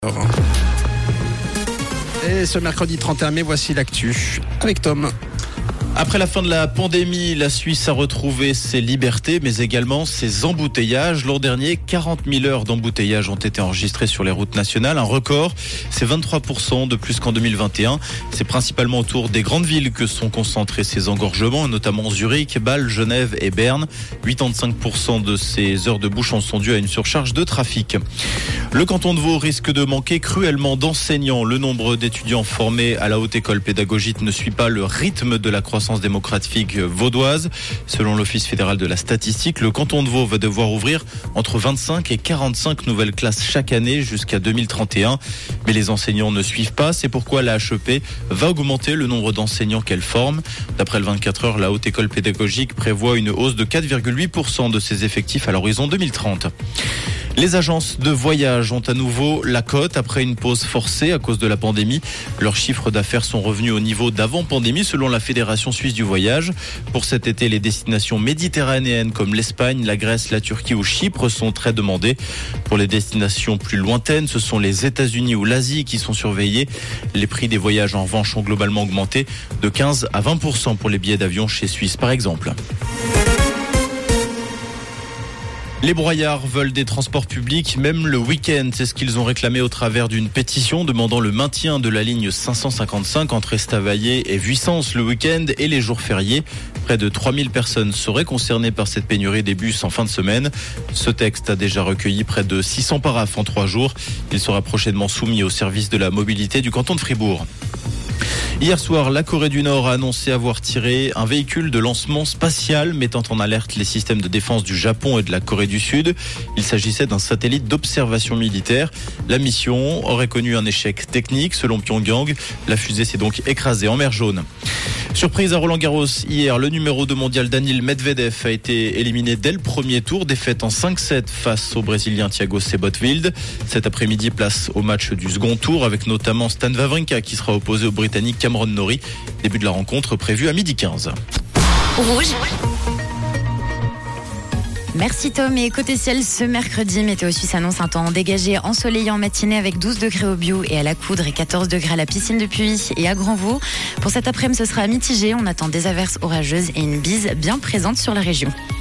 Et ce mercredi 31 mai, voici l'actu avec Tom. Après la fin de la pandémie, la Suisse a retrouvé ses libertés, mais également ses embouteillages. L'an dernier, 40 000 heures d'embouteillage ont été enregistrées sur les routes nationales. Un record, c'est 23% de plus qu'en 2021. C'est principalement autour des grandes villes que sont concentrés ces engorgements, notamment Zurich, Bâle, Genève et Berne. 85% de ces heures de bouchons sont dues à une surcharge de trafic. Le canton de Vaud risque de manquer cruellement d'enseignants. Le nombre d'étudiants formés à la haute école pédagogique ne suit pas le rythme de la croissance démographique vaudoise. Selon l'Office fédéral de la statistique, le canton de Vaud va devoir ouvrir entre 25 et 45 nouvelles classes chaque année jusqu'à 2031. Mais les enseignants ne suivent pas. C'est pourquoi la HEP va augmenter le nombre d'enseignants qu'elle forme. D'après le 24 heures, la haute école pédagogique prévoit une hausse de 4,8% de ses effectifs à l'horizon 2030. Les agences de voyage ont à nouveau la cote après une pause forcée à cause de la pandémie. Leurs chiffres d'affaires sont revenus au niveau d'avant-pandémie selon la Fédération suisse du voyage. Pour cet été, les destinations méditerranéennes comme l'Espagne, la Grèce, la Turquie ou Chypre sont très demandées. Pour les destinations plus lointaines, ce sont les États-Unis ou l'Asie qui sont surveillés. Les prix des voyages en revanche ont globalement augmenté de 15 à 20% pour les billets d'avion chez Suisse par exemple. Les broyards veulent des transports publics, même le week-end. C'est ce qu'ils ont réclamé au travers d'une pétition demandant le maintien de la ligne 555 entre Estavayer et Vuissance le week-end et les jours fériés. Près de 3000 personnes seraient concernées par cette pénurie des bus en fin de semaine. Ce texte a déjà recueilli près de 600 paraphes en 3 jours. Il sera prochainement soumis au service de la mobilité du canton de Fribourg. Hier soir, la Corée du Nord a annoncé avoir tiré un véhicule de lancement spatial mettant en alerte les systèmes de défense du Japon et de la Corée du Sud. Il s'agissait d'un satellite d'observation militaire. La mission aurait connu un échec technique selon Pyongyang. La fusée s'est donc écrasée en mer Jaune. Surprise à Roland-Garros, hier, le numéro 2 mondial Daniil Medvedev a été éliminé dès le premier tour, défaite en 5-7 face au Brésilien Thiago Seybothwild. Cet après-midi, place au match du second tour avec notamment Stan Wawrinka qui sera opposé au Britannique Cameron Norrie. Début de la rencontre prévu à 12h15. Rouge. Merci Tom. Et côté ciel, ce mercredi, Météo Suisse annonce un temps dégagé ensoleillé en matinée avec 12 degrés au Bio et à la Coudre et 14 degrés à la piscine de Puy et à Grand-Vaux. Pour cet après-midi, ce sera mitigé. On attend des averses orageuses et une bise bien présente sur la région.